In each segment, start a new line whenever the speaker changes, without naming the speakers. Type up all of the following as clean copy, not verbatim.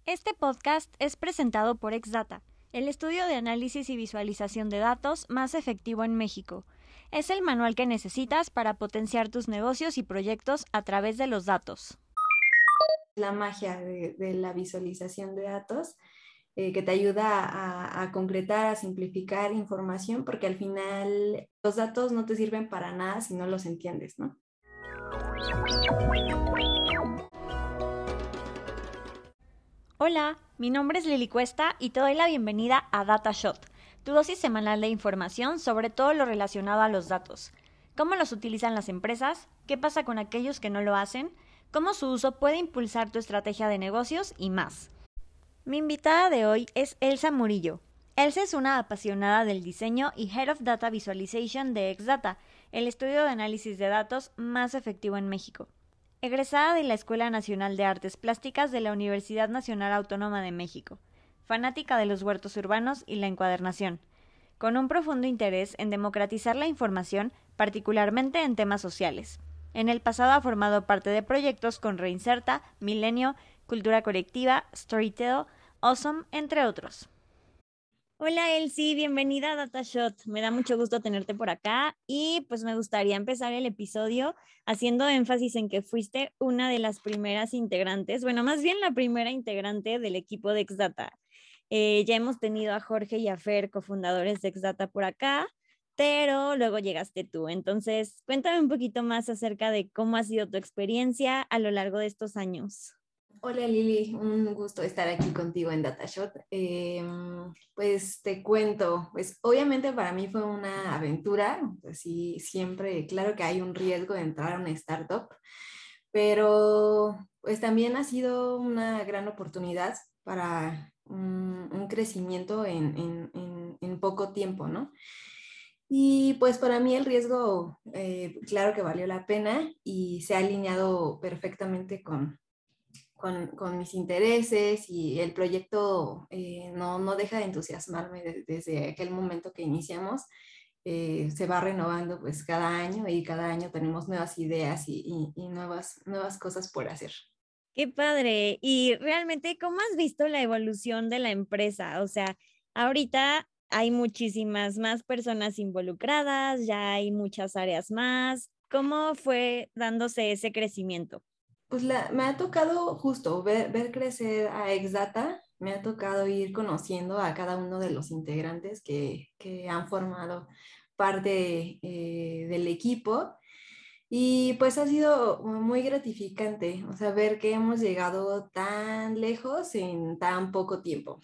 Este podcast es presentado por Exdata, el estudio de análisis y visualización de datos más efectivo en México. Es el manual que necesitas para potenciar tus negocios y proyectos a través de los datos.
La magia de la visualización de datos que te ayuda a concretar, a simplificar información, porque al final los datos no te sirven para nada si no los entiendes, ¿no?
Hola, mi nombre es Lili Cuesta y te doy la bienvenida a DataShot, tu dosis semanal de información sobre todo lo relacionado a los datos. ¿Cómo los utilizan las empresas? ¿Qué pasa con aquellos que no lo hacen? ¿Cómo su uso puede impulsar tu estrategia de negocios? Y más. Mi invitada de hoy es Elsa Murillo. Elsa es una apasionada del diseño y Head of Data Visualization de Exdata, el estudio de análisis de datos más efectivo en México. Egresada de la Escuela Nacional de Artes Plásticas de la Universidad Nacional Autónoma de México, fanática de los huertos urbanos y la encuadernación, con un profundo interés en democratizar la información, particularmente en temas sociales. En el pasado ha formado parte de proyectos con Reinserta, Milenio, Cultura Colectiva, Storytel, Awesome, entre otros. Hola Elsie, bienvenida a DataShot. Me da mucho gusto tenerte por acá y pues me gustaría empezar el episodio haciendo énfasis en que fuiste una de las primeras integrantes, bueno, más bien la primera integrante del equipo de Exdata. Ya hemos tenido a Jorge y a Fer, cofundadores de Exdata por acá, pero luego llegaste tú. Entonces, cuéntame un poquito más acerca de cómo ha sido tu experiencia a lo largo de estos años.
Hola Lili, un gusto estar aquí contigo en DataShot. Pues te cuento, pues obviamente para mí fue una aventura, así siempre, claro que hay un riesgo de entrar a una startup, pero pues también ha sido una gran oportunidad para un crecimiento en poco tiempo, ¿no? Y pues para mí el riesgo, claro que valió la pena y se ha alineado perfectamente con mis intereses y el proyecto no deja de entusiasmarme desde aquel momento que iniciamos. Se va renovando pues cada año y cada año tenemos nuevas ideas y nuevas cosas por hacer.
Qué padre. Y realmente, ¿cómo has visto la evolución de la empresa? O sea, ahorita hay muchísimas más personas involucradas, ya hay muchas áreas más. ¿Cómo fue dándose ese crecimiento?
Pues me ha tocado justo ver crecer a Exdata, me ha tocado ir conociendo a cada uno de los integrantes que han formado parte del equipo. Y pues ha sido muy gratificante, o sea, ver que hemos llegado tan lejos en tan poco tiempo.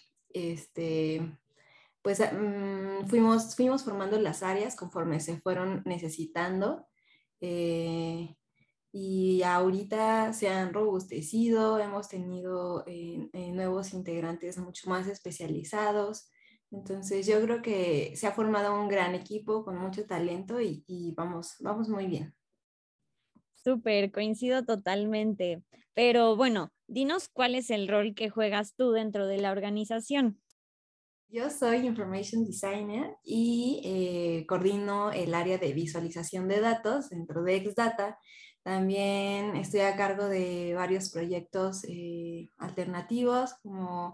Pues fuimos formando las áreas conforme se fueron necesitando. eh, y ahorita se han robustecido, hemos tenido nuevos integrantes mucho más especializados. Entonces yo creo que se ha formado un gran equipo con mucho talento y vamos muy bien.
Súper, coincido totalmente. Pero bueno, dinos cuál es el rol que juegas tú dentro de la organización.
Yo soy Information Designer y coordino el área de visualización de datos dentro de Exdata. También estoy a cargo de varios proyectos alternativos como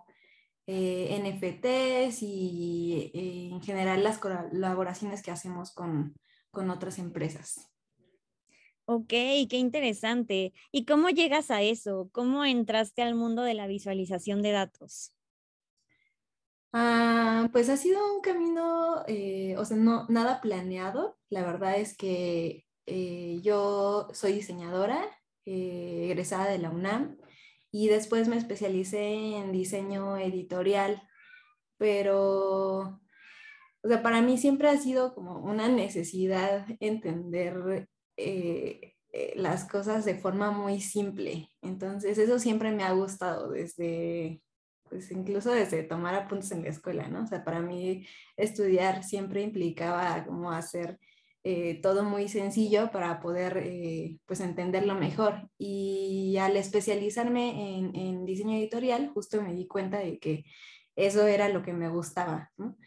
NFTs y en general las colaboraciones que hacemos con otras empresas.
Ok, qué interesante. ¿Y cómo llegas a eso? ¿Cómo entraste al mundo de la visualización de datos?
Pues ha sido un camino, o sea, no, nada planeado. La verdad es que yo soy diseñadora, egresada de la UNAM, y después me especialicé en diseño editorial, pero, o sea, para mí siempre ha sido como una necesidad entender las cosas de forma muy simple. Entonces, eso siempre me ha gustado desde pues incluso desde tomar apuntes en la escuela, ¿no? O sea, para mí estudiar siempre implicaba como hacer todo muy sencillo para poder pues entenderlo mejor. Y al especializarme en diseño editorial, justo me di cuenta de que eso era lo que me gustaba, ¿no?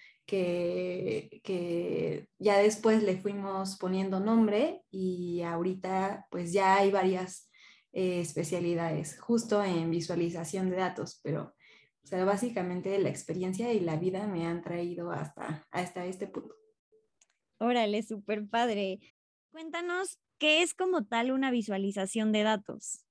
Que ya después le fuimos poniendo nombre y ahorita pues ya hay varias especialidades justo en visualización de datos, pero O sea, básicamente la experiencia y la vida me han traído hasta este punto.
Órale, súper padre. Cuéntanos, ¿qué es como tal una visualización de datos?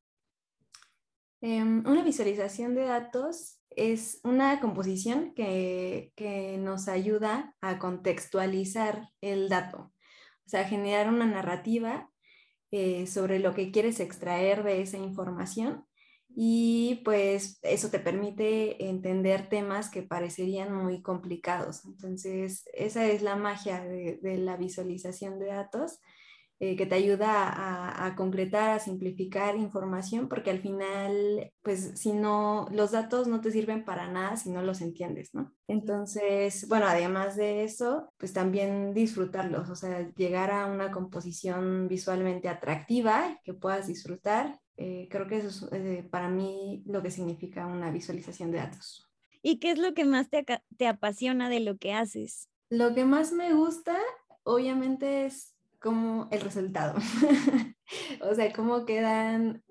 Una visualización de datos es una composición que nos ayuda a contextualizar el dato, o sea, generar una narrativa sobre lo que quieres extraer de esa información y pues eso te permite entender temas que parecerían muy complicados. Entonces, esa es la magia de la visualización de datos, que te ayuda a concretar, a simplificar información, porque al final, pues si no, los datos no te sirven para nada si no los entiendes, ¿no? Entonces, bueno, además de eso, pues también disfrutarlos, o sea, llegar a una composición visualmente atractiva que puedas disfrutar. Creo que eso es para mí lo que significa una visualización de datos.
¿Y qué es lo que más te apasiona de lo que haces?
Lo que más me gusta, obviamente, es como el resultado. O sea, cómo quedan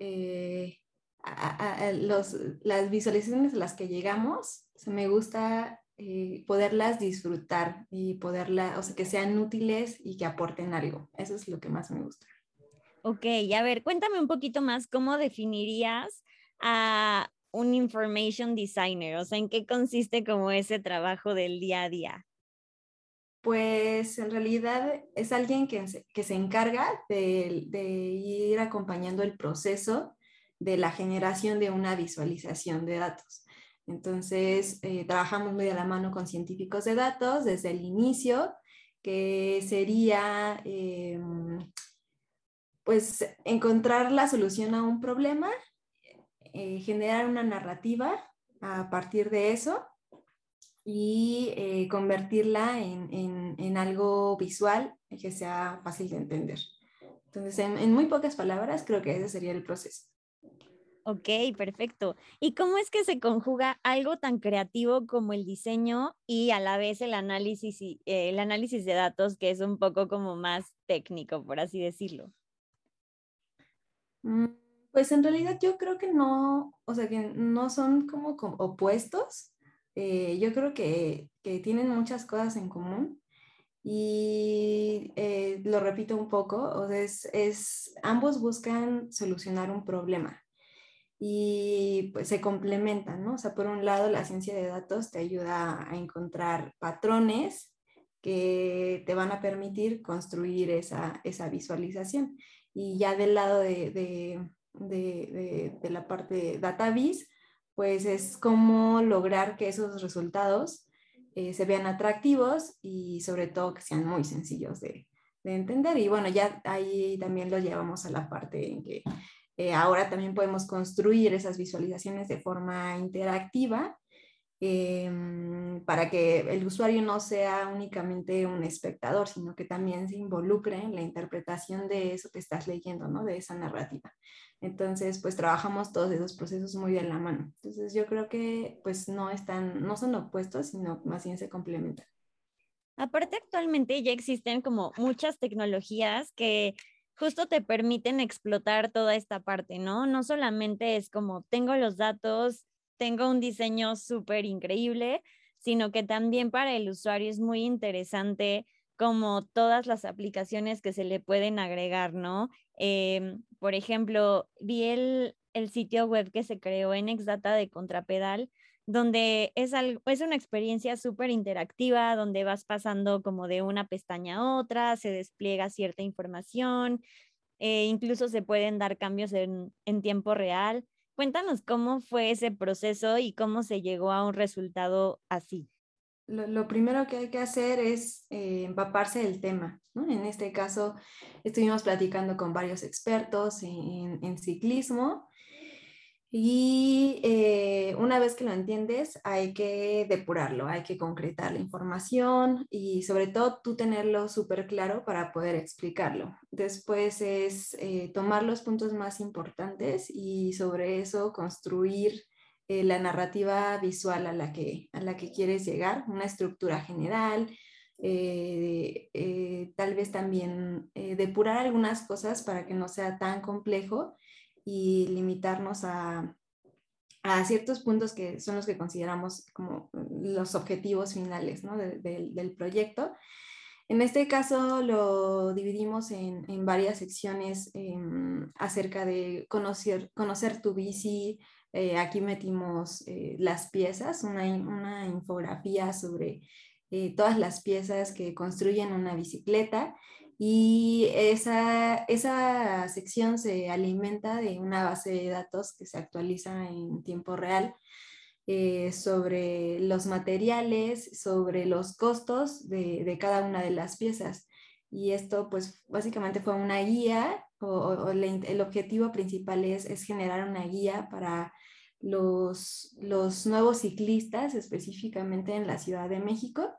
las visualizaciones a las que llegamos. O sea, me gusta poderlas disfrutar y poderlas, o sea, que sean útiles y que aporten algo. Eso es lo que más me gusta.
Ok, a ver, cuéntame un poquito más cómo definirías a un information designer, o sea, ¿en qué consiste como ese trabajo del día a día?
Pues en realidad es alguien que se encarga de ir acompañando el proceso de la generación de una visualización de datos. Entonces, trabajamos muy de la mano con científicos de datos desde el inicio, que sería pues encontrar la solución a un problema, generar una narrativa a partir de eso y convertirla en algo visual que sea fácil de entender. Entonces, en muy pocas palabras, creo que ese sería el proceso.
Ok, perfecto. ¿Y cómo es que se conjuga algo tan creativo como el diseño y a la vez el análisis de datos, que es un poco como más técnico, por así decirlo?
Mm, Pues en realidad yo creo que no, o sea, que no son como opuestos. Yo creo que tienen muchas cosas en común y lo repito un poco, o sea, ambos buscan solucionar un problema y pues se complementan, ¿no? O sea, por un lado, la ciencia de datos te ayuda a encontrar patrones que te van a permitir construir esa visualización. Y ya del lado de la parte de DataVis, pues es cómo lograr que esos resultados se vean atractivos y sobre todo que sean muy sencillos de entender. Y bueno, ya ahí también lo llevamos a la parte en que ahora también podemos construir esas visualizaciones de forma interactiva, para que el usuario no sea únicamente un espectador, sino que también se involucre en la interpretación de eso que estás leyendo, ¿no? De esa narrativa. Entonces, pues trabajamos todos esos procesos muy de la mano. Entonces, yo creo que pues no son opuestos, sino más bien se complementan.
Aparte, actualmente ya existen como muchas tecnologías que justo te permiten explotar toda esta parte, ¿no? No solamente es como tengo los datos, tengo un diseño súper increíble, sino que también para el usuario es muy interesante como todas las aplicaciones que se le pueden agregar, ¿no? Por ejemplo, vi el sitio web que se creó en Exdata de Contrapedal donde es una experiencia súper interactiva, donde vas pasando como de una pestaña a otra, se despliega cierta información, incluso se pueden dar cambios en tiempo real. Cuéntanos cómo fue ese proceso y cómo se llegó a un resultado así.
Lo primero que hay que hacer es empaparse del tema, ¿no? En este caso, estuvimos platicando con varios expertos en ciclismo y una vez que lo entiendes, hay que depurarlo, hay que concretar la información y sobre todo tú tenerlo súper claro para poder explicarlo. Después es tomar los puntos más importantes y sobre eso construir la narrativa visual a la que quieres llegar, una estructura general, tal vez también depurar algunas cosas para que no sea tan complejo y limitarnos a ciertos puntos que son los que consideramos como los objetivos finales, ¿no? Del proyecto. En este caso lo dividimos en varias secciones acerca de conocer tu bici. Aquí metimos las piezas, una infografía sobre todas las piezas que construyen una bicicleta, y esa sección se alimenta de una base de datos que se actualiza en tiempo real sobre los materiales, sobre los costos de cada una de las piezas. Y esto pues básicamente fue una guía, el objetivo principal es generar una guía para los nuevos ciclistas, específicamente en la Ciudad de México.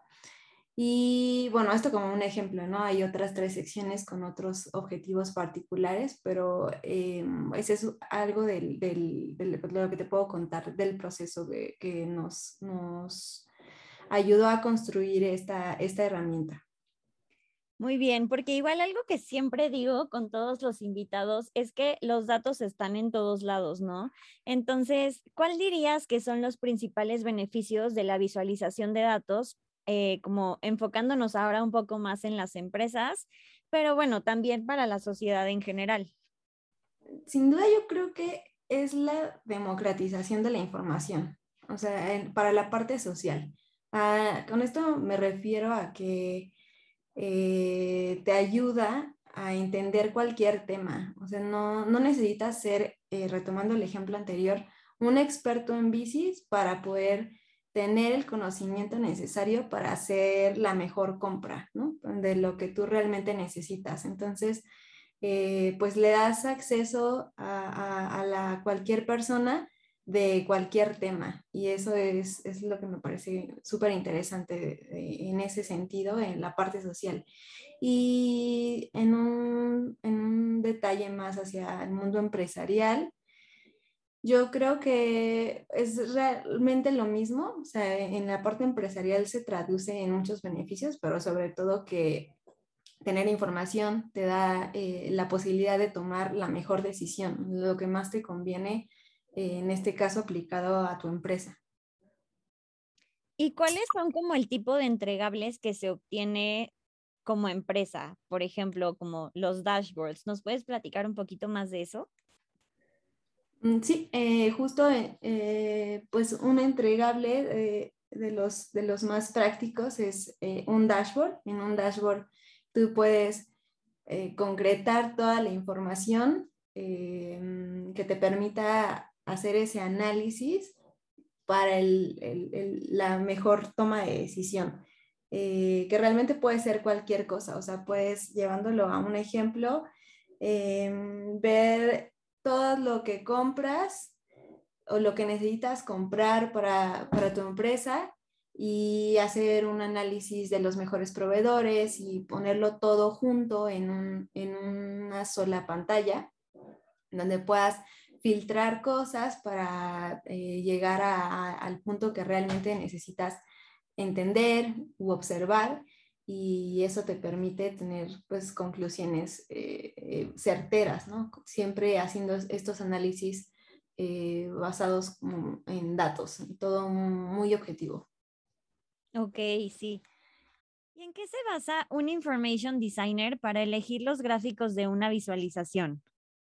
Y bueno, esto como un ejemplo, ¿no? Hay otras tres secciones con otros objetivos particulares, pero ese es algo de lo que te puedo contar del proceso que nos ayudó a construir esta herramienta.
Muy bien, porque igual algo que siempre digo con todos los invitados es que los datos están en todos lados, ¿no? Entonces, ¿cuál dirías que son los principales beneficios de la visualización de datos, como enfocándonos ahora un poco más en las empresas, pero bueno, también para la sociedad en general?
Sin duda yo creo que es la democratización de la información, o sea, para la parte social. Con esto me refiero a que te ayuda a entender cualquier tema. O sea, no necesitas ser, retomando el ejemplo anterior, un experto en bicis para poder tener el conocimiento necesario para hacer la mejor compra, ¿no? De lo que tú realmente necesitas. Entonces, pues le das acceso a cualquier persona de cualquier tema, y eso es lo que me parece súper interesante en ese sentido, en la parte social. Y en un detalle más hacia el mundo empresarial, yo creo que es realmente lo mismo. O sea, en la parte empresarial se traduce en muchos beneficios, pero sobre todo que tener información te da la posibilidad de tomar la mejor decisión, lo que más te conviene, en este caso aplicado a tu empresa.
¿Y cuáles son como el tipo de entregables que se obtiene como empresa? Por ejemplo, como los dashboards. ¿Nos puedes platicar un poquito más de eso?
Sí, justo pues un entregable de los más prácticos es un dashboard. En un dashboard tú puedes concretar toda la información que te permita hacer ese análisis para la mejor toma de decisión, que realmente puede ser cualquier cosa. O sea, puedes, llevándolo a un ejemplo, ver todo lo que compras o lo que necesitas comprar para tu empresa, y hacer un análisis de los mejores proveedores y ponerlo todo junto en una sola pantalla, donde puedas filtrar cosas para llegar al punto que realmente necesitas entender u observar, y eso te permite tener pues conclusiones certeras, ¿no? Siempre haciendo estos análisis basados en datos, todo muy objetivo.
Ok, sí. ¿Y en qué se basa un information designer para elegir los gráficos de una visualización?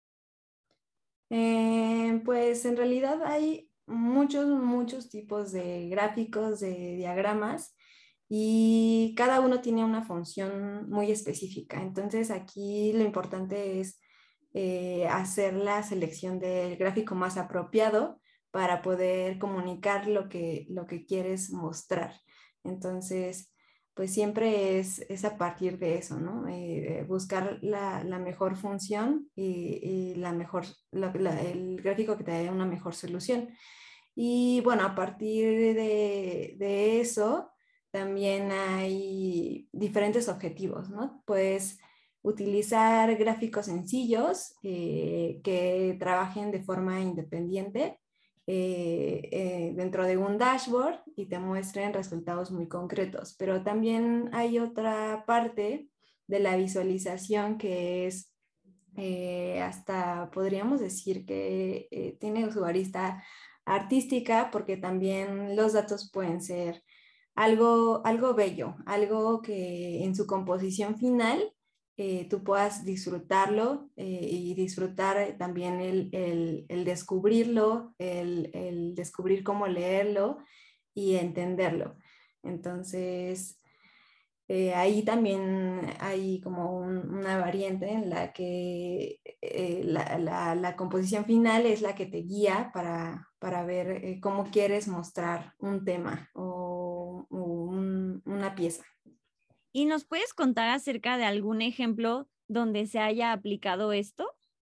Pues en realidad hay muchos tipos de gráficos, de diagramas, y cada uno tiene una función muy específica. Entonces aquí lo importante es hacer la selección del gráfico más apropiado para poder comunicar lo que quieres mostrar. Entonces, pues siempre es a partir de eso, ¿no? Buscar la mejor función y el gráfico que te dé una mejor solución. Y bueno, a partir de eso, también hay diferentes objetivos, ¿no? Puedes utilizar gráficos sencillos que trabajen de forma independiente dentro de un dashboard y te muestren resultados muy concretos. Pero también hay otra parte de la visualización que es, hasta podríamos decir que tiene su arista artística, porque también los datos pueden ser algo bello, algo que en su composición final tú puedas disfrutarlo y disfrutar también el descubrirlo, el descubrir cómo leerlo y entenderlo. Entonces, ahí también hay como una variante en la que la composición final es la que te guía para ver cómo quieres mostrar un tema o una pieza.
¿Y nos puedes contar acerca de algún ejemplo donde se haya aplicado esto?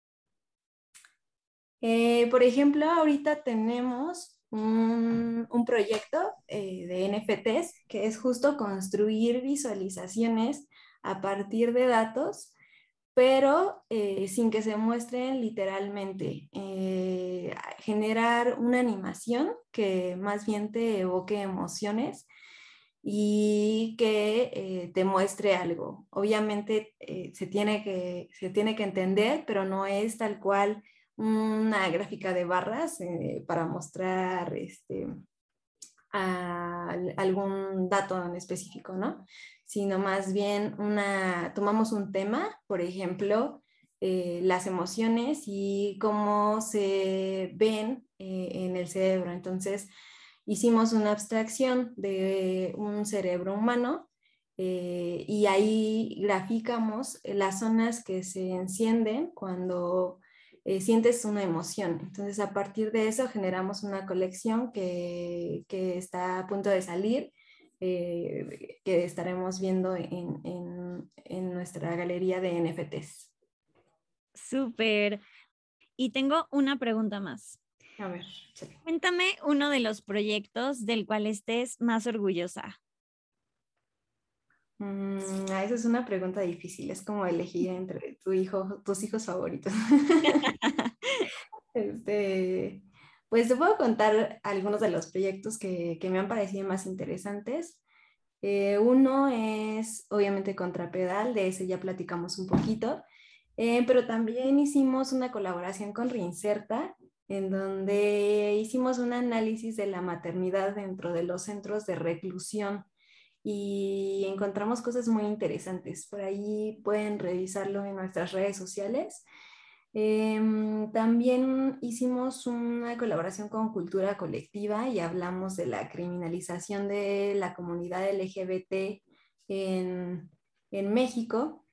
Por ejemplo, ahorita tenemos un proyecto de NFTs que es justo construir visualizaciones a partir de datos, pero sin que se muestren literalmente. Generar una animación que más bien te evoque emociones y que te muestre algo. Obviamente se tiene que entender, pero no es tal cual una gráfica de barras para mostrar algún dato en específico, ¿no? Sino más bien tomamos un tema, por ejemplo, las emociones y cómo se ven en el cerebro. Entonces, hicimos una abstracción de un cerebro humano y ahí graficamos las zonas que se encienden cuando sientes una emoción. Entonces, a partir de eso generamos una colección que está a punto de salir, que estaremos viendo en nuestra galería de NFTs.
Súper. Y tengo una pregunta más.
A ver, sí.
Cuéntame uno de los proyectos del cual estés más orgullosa.
Esa es una pregunta difícil, es como elegir entre tus hijos favoritos. Este, pues te puedo contar algunos de los proyectos que me han parecido más interesantes. Uno es obviamente Contrapedal, de ese ya platicamos un poquito, pero también hicimos una colaboración con Reinserta, en donde hicimos un análisis de la maternidad dentro de los centros de reclusión y encontramos cosas muy interesantes. Por ahí pueden revisarlo en nuestras redes sociales. También hicimos una colaboración con Cultura Colectiva y hablamos de la criminalización de la comunidad LGBT en México.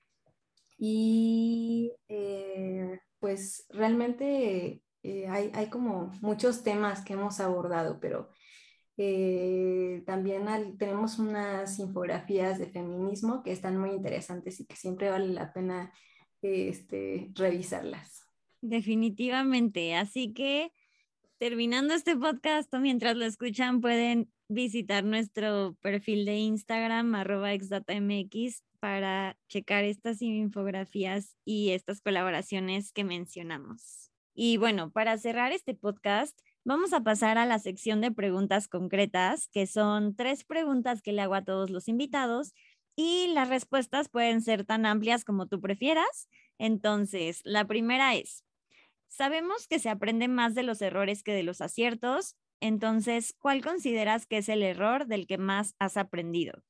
Y pues realmente hay como muchos temas que hemos abordado, pero también tenemos unas infografías de feminismo que están muy interesantes y que siempre vale la pena revisarlas.
Definitivamente. Así que terminando este podcast o mientras lo escuchan, pueden visitar nuestro perfil de Instagram, @exdatamx, para checar estas infografías y estas colaboraciones que mencionamos. Y bueno, para cerrar este podcast, vamos a pasar a la sección de preguntas concretas, que son 3 preguntas que le hago a todos los invitados y las respuestas pueden ser tan amplias como tú prefieras. Entonces, la primera es: sabemos que se aprende más de los errores que de los aciertos, entonces, ¿cuál consideras que es el error del que más has aprendido?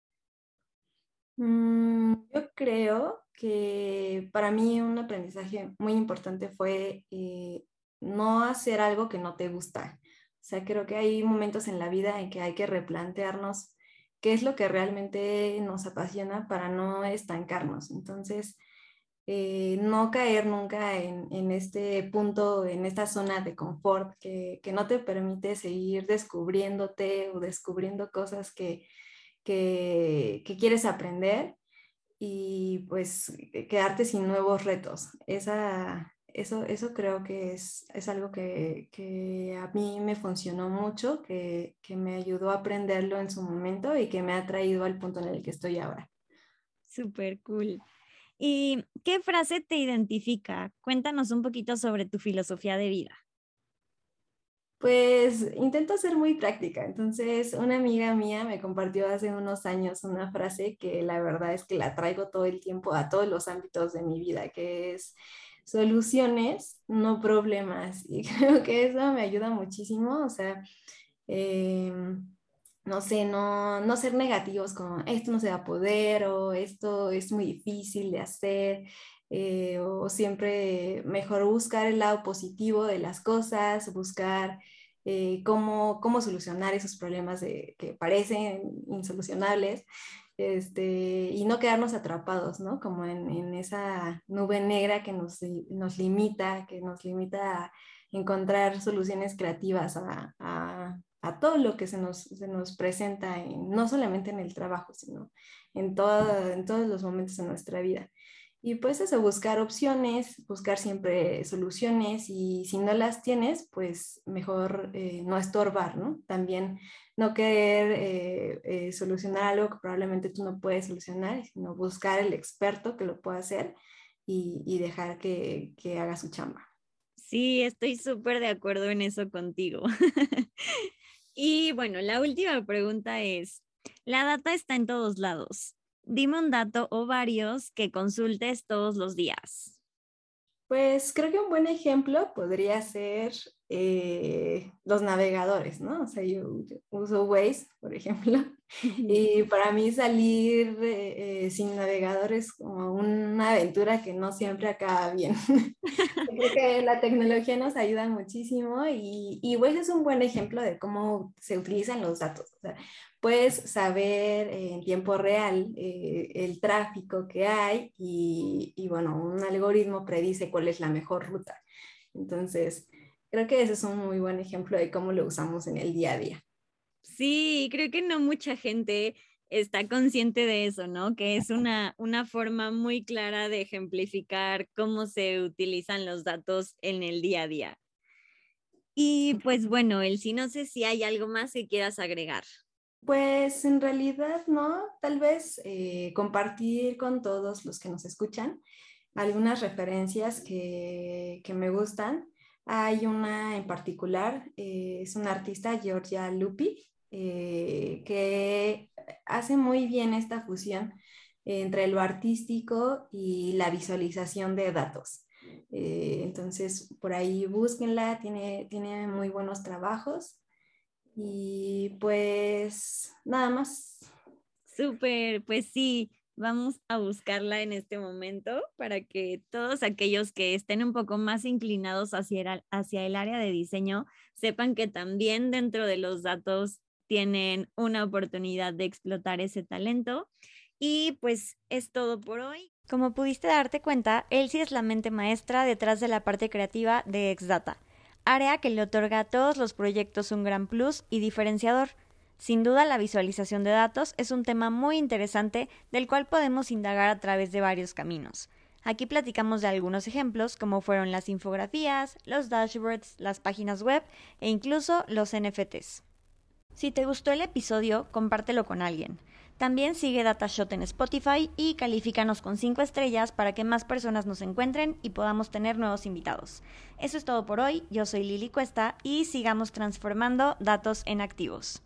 Yo creo que para mí un aprendizaje muy importante fue no hacer algo que no te gusta. O sea, creo que hay momentos en la vida en que hay que replantearnos qué es lo que realmente nos apasiona para no estancarnos. Entonces, no caer nunca en este punto, en esta zona de confort que no te permite seguir descubriéndote o descubriendo cosas que quieres aprender y pues quedarte sin nuevos retos. Eso creo que es algo que a mí me funcionó mucho, que me ayudó a aprenderlo en su momento y que me ha traído al punto en el que estoy ahora.
Súper cool. ¿Y qué frase te identifica? Cuéntanos un poquito sobre tu filosofía de vida.
Pues intento ser muy práctica. Entonces, una amiga mía me compartió hace unos años una frase que la verdad es que la traigo todo el tiempo a todos los ámbitos de mi vida, que es: soluciones, no problemas. Y creo que eso me ayuda muchísimo, o sea, eh, no sé, no ser negativos como esto no se va a poder o esto es muy difícil de hacer, o siempre mejor buscar el lado positivo de las cosas, buscar cómo solucionar esos problemas que parecen insolucionables, y no quedarnos atrapados, ¿no? Como en esa nube negra que nos limita a encontrar soluciones creativas a todo lo que se nos presenta, no solamente en el trabajo, sino en todos los momentos de nuestra vida. Y pues eso, buscar opciones, buscar siempre soluciones y si no las tienes, pues mejor no estorbar, ¿no? También no querer solucionar algo que probablemente tú no puedes solucionar, sino buscar el experto que lo pueda hacer y dejar que haga su chamba.
Sí, estoy súper de acuerdo en eso contigo. Y bueno, la última pregunta es, la data está en todos lados. Dime un dato o varios que consultes todos los días.
Pues creo que un buen ejemplo podría ser los navegadores, ¿no? O sea, yo uso Waze, por ejemplo, y para mí salir sin navegadores es como una aventura que no siempre acaba bien. Creo que la tecnología nos ayuda muchísimo y Waze es un buen ejemplo de cómo se utilizan los datos. O sea, puedes saber en tiempo real el tráfico que hay y bueno, un algoritmo predice cuál es la mejor ruta. Entonces, creo que ese es un muy buen ejemplo de cómo lo usamos en el día a día.
Sí, creo que no mucha gente está consciente de eso, ¿no? Que es una forma muy clara de ejemplificar cómo se utilizan los datos en el día a día. Y pues bueno, Elsie, no sé si hay algo más que quieras agregar.
Pues en realidad no, tal vez compartir con todos los que nos escuchan algunas referencias que me gustan. Hay una en particular, es una artista, Giorgia Lupi, que hace muy bien esta fusión entre lo artístico y la visualización de datos. Entonces, por ahí búsquenla, tiene muy buenos trabajos. Y pues nada más.
Súper, pues sí, vamos a buscarla en este momento para que todos aquellos que estén un poco más inclinados hacia el área de diseño sepan que también dentro de los datos tienen una oportunidad de explotar ese talento. Y pues es todo por hoy. Como pudiste darte cuenta, Elsie es la mente maestra detrás de la parte creativa de Exdata, área que le otorga a todos los proyectos un gran plus y diferenciador. Sin duda, la visualización de datos es un tema muy interesante del cual podemos indagar a través de varios caminos. Aquí platicamos de algunos ejemplos como fueron las infografías, los dashboards, las páginas web e incluso los NFTs. Si te gustó el episodio, compártelo con alguien. También sigue DataShot en Spotify y califícanos con 5 estrellas para que más personas nos encuentren y podamos tener nuevos invitados. Eso es todo por hoy, yo soy Lili Cuesta y sigamos transformando datos en activos.